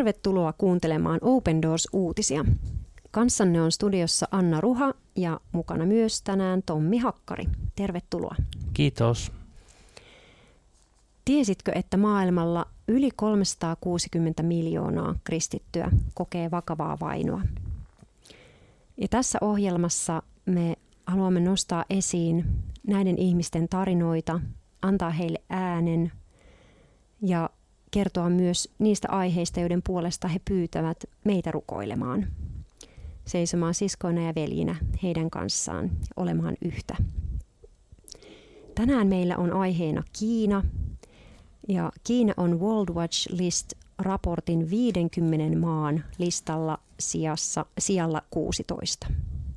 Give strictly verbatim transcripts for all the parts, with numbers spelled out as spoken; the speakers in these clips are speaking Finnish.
Tervetuloa kuuntelemaan Open Doors-uutisia. Kanssanne on studiossa Anna Ruha ja mukana myös tänään Tommi Hakkari. Tervetuloa. Kiitos. Tiesitkö, että maailmalla yli kolmesataakuusikymmentä miljoonaa kristittyä kokee vakavaa vainoa? Ja tässä ohjelmassa me haluamme nostaa esiin näiden ihmisten tarinoita, antaa heille äänen ja kertoa myös niistä aiheista, joiden puolesta he pyytävät meitä rukoilemaan. Seisomaan siskoina ja veljinä heidän kanssaan, olemaan yhtä. Tänään meillä on aiheena Kiina, ja Kiina on World Watch List-raportin viidenkymmenen maan listalla sijassa, sijalla kuusitoista.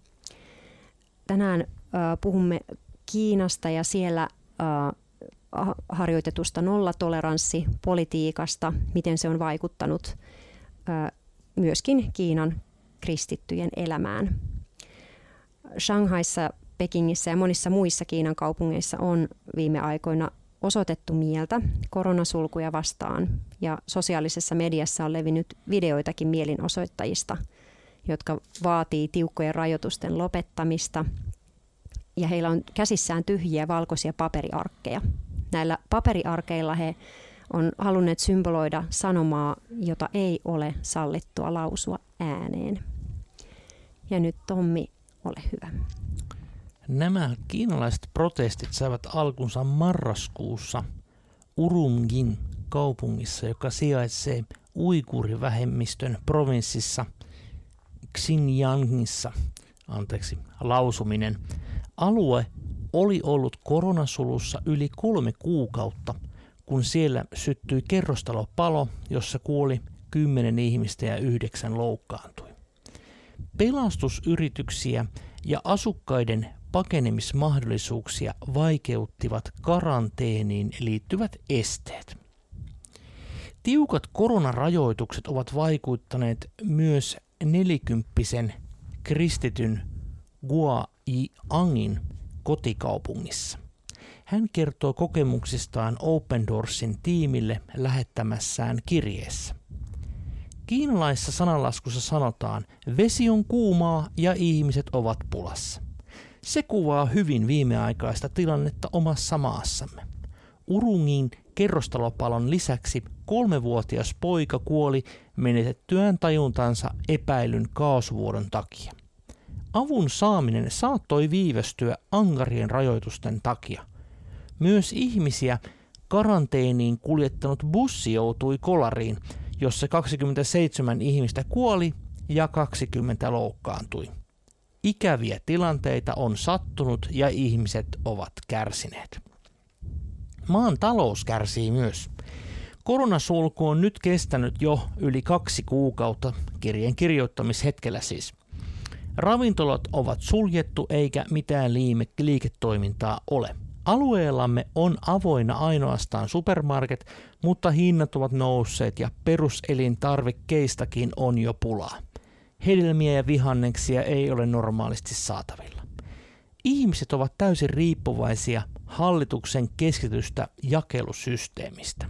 Tänään äh, puhumme Kiinasta ja siellä äh, harjoitetusta nollatoleranssipolitiikasta, miten se on vaikuttanut äh, myöskin Kiinan kristittyjen elämään. Shanghaissa, Pekingissä ja monissa muissa Kiinan kaupungeissa on viime aikoina osoitettu mieltä koronasulkuja vastaan ja sosiaalisessa mediassa on levinnyt videoitakin mielenosoittajista, jotka vaatii tiukkojen rajoitusten lopettamista ja heillä on käsissään tyhjiä valkoisia paperiarkkeja. Näillä paperiarkeilla he on halunneet symboloida sanomaa, jota ei ole sallittua lausua ääneen. Ja nyt Tommi, ole hyvä. Nämä kiinalaiset protestit saivat alkunsa marraskuussa Urumqin kaupungissa, joka sijaitsee uiguurivähemmistön provinssissa Xinjiangissa. Anteeksi, lausuminen. Alue oli ollut koronasulussa yli kolme kuukautta, kun siellä syttyi kerrostalopalo, jossa kuoli kymmenen ihmistä ja yhdeksän loukkaantui. Pelastusyrityksiä ja asukkaiden pakenemismahdollisuuksia vaikeuttivat karanteeniin liittyvät esteet. Tiukat koronarajoitukset ovat vaikuttaneet myös nelikymppisen kristityn Guoyiangin kotikaupungissa. Hän kertoo kokemuksistaan Open Doorsin tiimille lähettämässään kirjeessä. Kiinalaisessa sananlaskussa sanotaan, vesi on kuumaa ja ihmiset ovat pulassa. Se kuvaa hyvin viimeaikaista tilannetta omassa maassamme. Urumqin kerrostalopalon lisäksi kolmevuotias poika kuoli menetettyään tajuntansa epäilyn kaasuvuodon takia. Avun saaminen saattoi viivästyä ankarien rajoitusten takia. Myös ihmisiä karanteeniin kuljettanut bussi joutui kolariin, jossa kaksikymmentäseitsemän ihmistä kuoli ja kaksikymmentä loukkaantui. Ikäviä tilanteita on sattunut ja ihmiset ovat kärsineet. Maan talous kärsii myös. Koronasulku on nyt kestänyt jo yli kaksi kuukautta, kirjeen kirjoittamishetkellä siis. Ravintolat ovat suljettu eikä mitään liiketoimintaa ole. Alueellamme on avoinna ainoastaan supermarket, mutta hinnat ovat nousseet ja peruselintarvikkeistakin on jo pulaa. Hedelmiä ja vihanneksia ei ole normaalisti saatavilla. Ihmiset ovat täysin riippuvaisia hallituksen keskitystä jakelusysteemistä.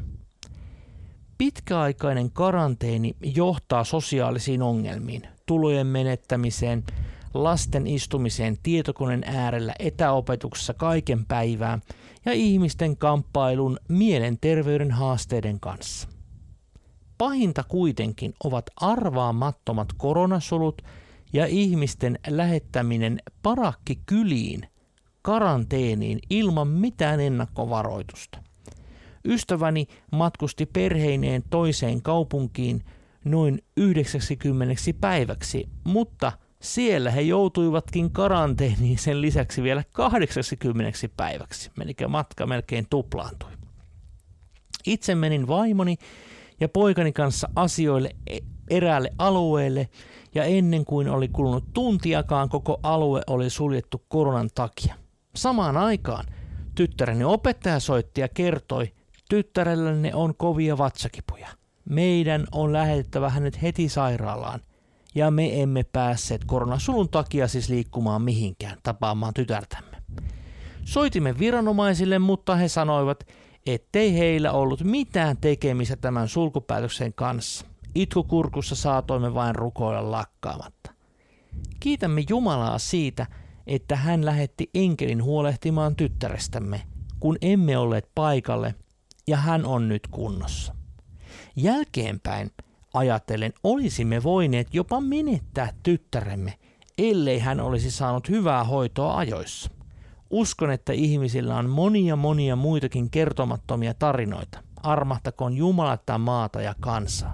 Pitkäaikainen karanteeni johtaa sosiaalisiin ongelmiin, tulojen menettämiseen, lasten istumiseen tietokoneen äärellä etäopetuksessa kaiken päivää ja ihmisten kamppailun mielenterveyden haasteiden kanssa. Pahinta kuitenkin ovat arvaamattomat koronasulut ja ihmisten lähettäminen parakkikyliin karanteeniin ilman mitään ennakkovaroitusta. Ystäväni matkusti perheineen toiseen kaupunkiin noin yhdeksänkymmentä päiväksi, mutta siellä he joutuivatkin karanteeniin sen lisäksi vielä kahdeksankymmentä päiväksi, eli matka melkein tuplaantui. Itse menin vaimoni ja poikani kanssa asioille eräälle alueelle, ja ennen kuin oli kulunut tuntiakaan, koko alue oli suljettu koronan takia. Samaan aikaan tyttäreni opettaja soitti ja kertoi, tyttärellänne on kovia vatsakipuja. Meidän on lähetettävä hänet heti sairaalaan. Ja me emme päässeet koronasulun takia siis liikkumaan mihinkään tapaamaan tytärtämme. Soitimme viranomaisille, mutta he sanoivat, ettei heillä ollut mitään tekemistä tämän sulkupäätöksen kanssa. Itkukurkussa saatoimme vain rukoilla lakkaamatta. Kiitämme Jumalaa siitä, että hän lähetti enkelin huolehtimaan tyttärestämme, kun emme olleet paikalle, ja hän on nyt kunnossa. Jälkeenpäin ajatellen olisimme voineet jopa menettää tyttäremme, ellei hän olisi saanut hyvää hoitoa ajoissa. Uskon, että ihmisillä on monia monia muitakin kertomattomia tarinoita. Armahtakoon Jumala tätä maata ja kansaa.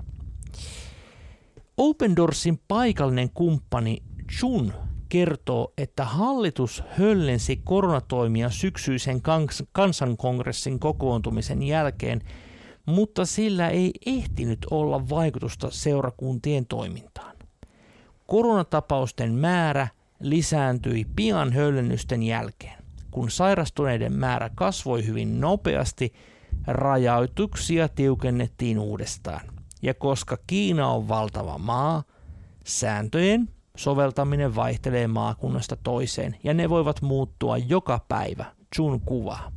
Open Doorsin paikallinen kumppani Jun kertoo, että hallitus höllensi koronatoimia syksyisen kans- kansankongressin kokoontumisen jälkeen, mutta sillä ei ehtinyt olla vaikutusta seurakuntien toimintaan. Koronatapausten määrä lisääntyi pian höllennysten jälkeen. Kun sairastuneiden määrä kasvoi hyvin nopeasti, rajoituksia tiukennettiin uudestaan. Ja koska Kiina on valtava maa, sääntöjen soveltaminen vaihtelee maakunnasta toiseen ja ne voivat muuttua joka päivä. Jun kuvaa.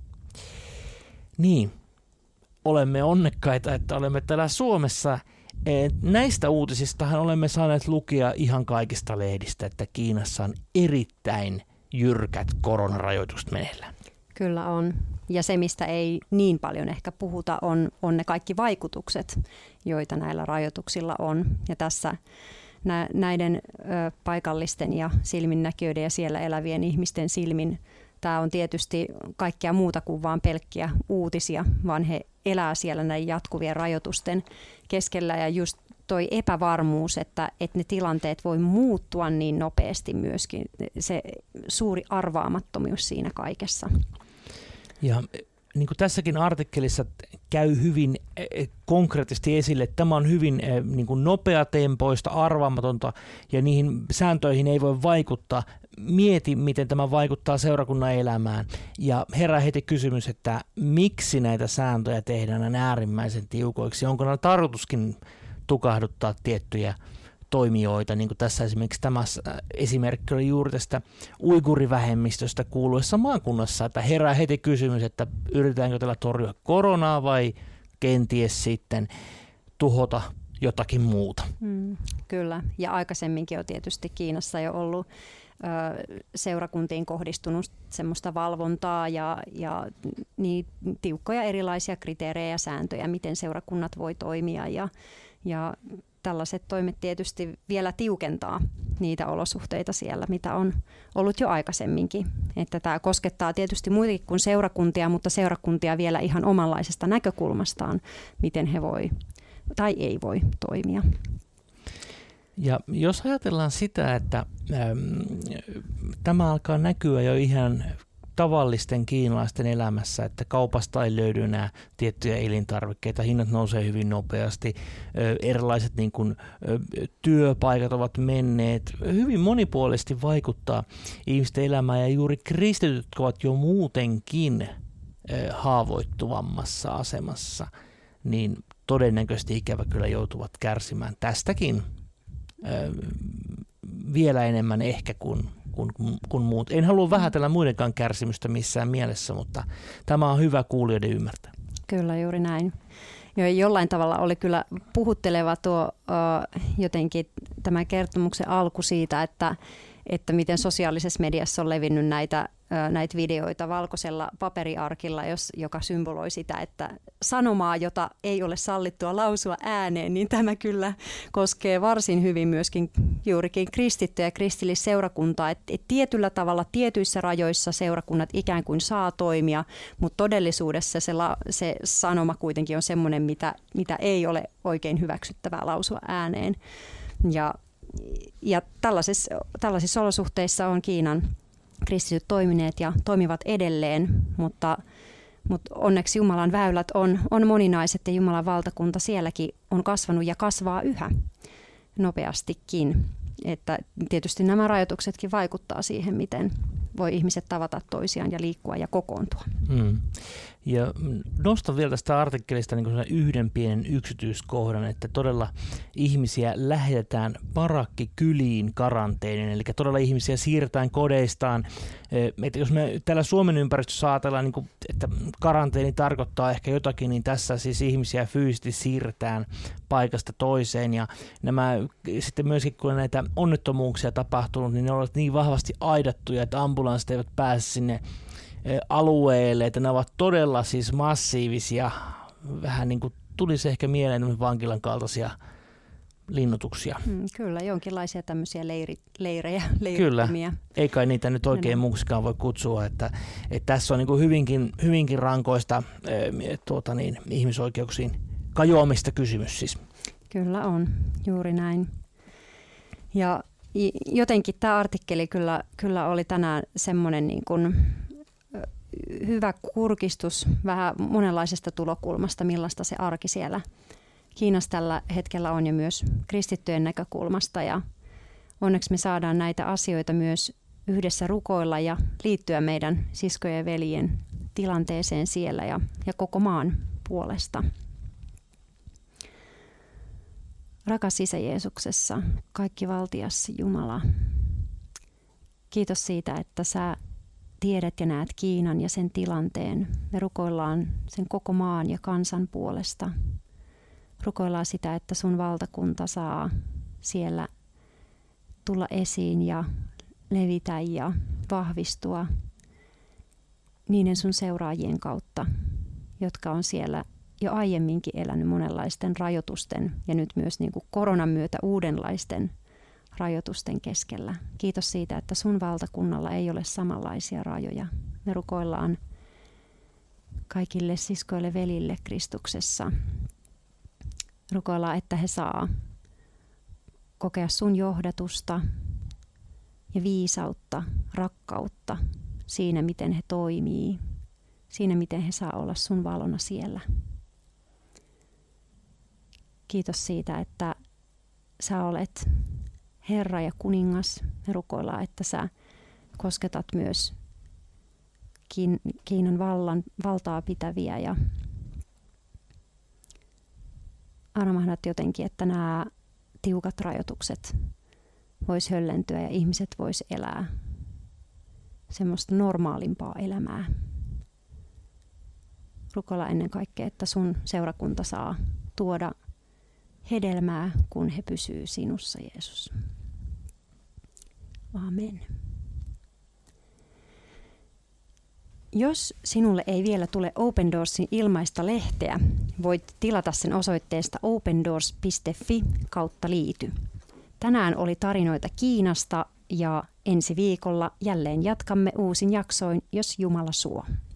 Niin, olemme onnekkaita, että olemme täällä Suomessa. Näistä uutisistahan olemme saaneet lukea ihan kaikista lehdistä, että Kiinassa on erittäin jyrkät koronarajoitukset meneillään. Kyllä on. Ja se, mistä ei niin paljon ehkä puhuta, on, on ne kaikki vaikutukset, joita näillä rajoituksilla on. Ja tässä nä, näiden ö, paikallisten ja silminnäkijöiden ja siellä elävien ihmisten silmin tämä on tietysti kaikkea muuta kuin vain pelkkiä uutisia, vaan he elää siellä näiden jatkuvien rajoitusten keskellä. Ja just toi epävarmuus, että, että ne tilanteet voi muuttua niin nopeasti myöskin, se suuri arvaamattomuus siinä kaikessa. Ja niin kuin tässäkin artikkelissa käy hyvin konkreettisesti esille, että tämä on hyvin niin kuin nopeatempoista, arvaamatonta ja niihin sääntöihin ei voi vaikuttaa. Mieti, miten tämä vaikuttaa seurakunnan elämään. Ja herää heti kysymys, että miksi näitä sääntöjä tehdään näin äärimmäisen tiukoiksi? Onko nämä tarkoituskin tukahduttaa tiettyjä toimijoita, niin kuin tässä esimerkiksi tämä esimerkki oli juuri tästä uigurivähemmistöstä kuuluessa maakunnassa, että herää heti kysymys, että yritetäänkö tällä torjua koronaa vai kenties sitten tuhota jotakin muuta. Mm, kyllä, ja aikaisemminkin on tietysti Kiinassa jo ollut ö, seurakuntiin kohdistunut semmoista valvontaa ja, ja niin tiukkoja erilaisia kriteerejä ja sääntöjä, miten seurakunnat voi toimia ja, ja tällaiset toimet tietysti vielä tiukentaa niitä olosuhteita siellä, mitä on ollut jo aikaisemminkin. Että tämä koskettaa tietysti muitakin kuin seurakuntia, mutta seurakuntia vielä ihan omanlaisesta näkökulmastaan, miten he voi tai ei voi toimia. Ja jos ajatellaan sitä, että ähm, tämä alkaa näkyä jo ihan tavallisten kiinalaisten elämässä, että kaupasta ei löydy enää tiettyjä elintarvikkeita, hinnat nousee hyvin nopeasti, erilaiset niin kuin, työpaikat ovat menneet, hyvin monipuolisesti vaikuttaa ihmisten elämään ja juuri kristityt ovat jo muutenkin haavoittuvammassa asemassa, niin todennäköisesti ikävä kyllä joutuvat kärsimään tästäkin vielä enemmän ehkä kuin Kun, kun muut. En halua vähätellä muidenkaan kärsimystä missään mielessä, mutta tämä on hyvä kuulijoiden ymmärtää. Kyllä, juuri näin. Jo, jollain tavalla oli kyllä puhutteleva tuo uh, jotenkin tämän kertomuksen alku siitä, että, että miten sosiaalisessa mediassa on levinnyt näitä, uh, näitä videoita valkoisella paperiarkilla, jos, joka symboloi sitä, että sanomaa, jota ei ole sallittua lausua ääneen, niin tämä kyllä koskee varsin hyvin myöskin juurikin kristittyjä ja kristillisseurakuntaa, että et tietyllä tavalla tietyissä rajoissa seurakunnat ikään kuin saa toimia, mutta todellisuudessa se, la, se sanoma kuitenkin on semmoinen, mitä, mitä ei ole oikein hyväksyttävää lausua ääneen. Ja, ja tällaisissa, tällaisissa olosuhteissa on Kiinan kristityt toimineet ja toimivat edelleen, mutta Mutta onneksi Jumalan väylät on, on moninaiset ja Jumalan valtakunta sielläkin on kasvanut ja kasvaa yhä nopeastikin. Että tietysti nämä rajoituksetkin vaikuttaa siihen, miten voi ihmiset tavata toisiaan ja liikkua ja kokoontua. Hmm. Ja nostan vielä tästä artikkelista niin kuin yhden pienen yksityiskohdan, että todella ihmisiä lähetetään parakkikyliin karanteeniin, eli todella ihmisiä siirretään kodeistaan. Että jos me täällä Suomen ympäristössä ajatellaan, niin kuin, että karanteeni tarkoittaa ehkä jotakin, niin tässä siis ihmisiä fyysisesti siirretään paikasta toiseen. Ja nämä sitten myöskin, kun näitä onnettomuuksia tapahtunut, niin ne ovat niin vahvasti aidattuja, että ambulanssit eivät pääse sinne alueelle, että ne ovat todella siis massiivisia, vähän niin kuin tulisi ehkä mieleen vankilan kaltaisia linnoituksia. Hmm, kyllä, jonkinlaisia tämmöisiä leiri, leirejä, leirittömiä. Kyllä, ei kai niitä nyt oikein muuksikaan voi kutsua, että, että tässä on niin kuin hyvinkin, hyvinkin rankoista äh, tuota niin, ihmisoikeuksiin kajoamista kysymys siis. Kyllä on, juuri näin. Ja jotenkin tämä artikkeli kyllä, kyllä oli tänään semmoinen niin kuin hyvä kurkistus vähän monenlaisesta tulokulmasta, millaista se arki siellä Kiinassa tällä hetkellä on ja myös kristittyjen näkökulmasta. Ja onneksi me saadaan näitä asioita myös yhdessä rukoilla ja liittyä meidän siskojen ja veljen tilanteeseen siellä ja, ja koko maan puolesta. Rakas Isä Jeesuksessa, kaikki valtias Jumala, kiitos siitä, että sä tiedät ja näet Kiinan ja sen tilanteen. Me rukoillaan sen koko maan ja kansan puolesta. Rukoillaan sitä, että sun valtakunta saa siellä tulla esiin ja levitä ja vahvistua niiden sun seuraajien kautta, jotka on siellä jo aiemminkin elänyt monenlaisten rajoitusten ja nyt myös niin kuin koronan myötä uudenlaisten rajoitusten keskellä. Kiitos siitä, että sun valtakunnalla ei ole samanlaisia rajoja. Me rukoillaan kaikille siskoille velille Kristuksessa. Rukoillaan, että he saa kokea sun johdatusta ja viisautta, rakkautta siinä, miten he toimii, siinä, miten he saa olla sun valona siellä. Kiitos siitä, että sä olet Herra ja kuningas. Me rukoillaan, että sä kosketat myös Kiinan vallan, valtaa pitäviä ja armahdat jotenkin, että nämä tiukat rajoitukset vois höllentyä ja ihmiset vois elää semmoista normaalimpaa elämää. Rukoillaan ennen kaikkea, että sun seurakunta saa tuoda hedelmää, kun he pysyy sinussa, Jeesus. Amen. Jos sinulle ei vielä tule Open Doorsin ilmaista lehteä, voit tilata sen osoitteesta opendoors piste fi kautta liity. Tänään oli tarinoita Kiinasta ja ensi viikolla jälleen jatkamme uusin jaksoin, jos Jumala suo.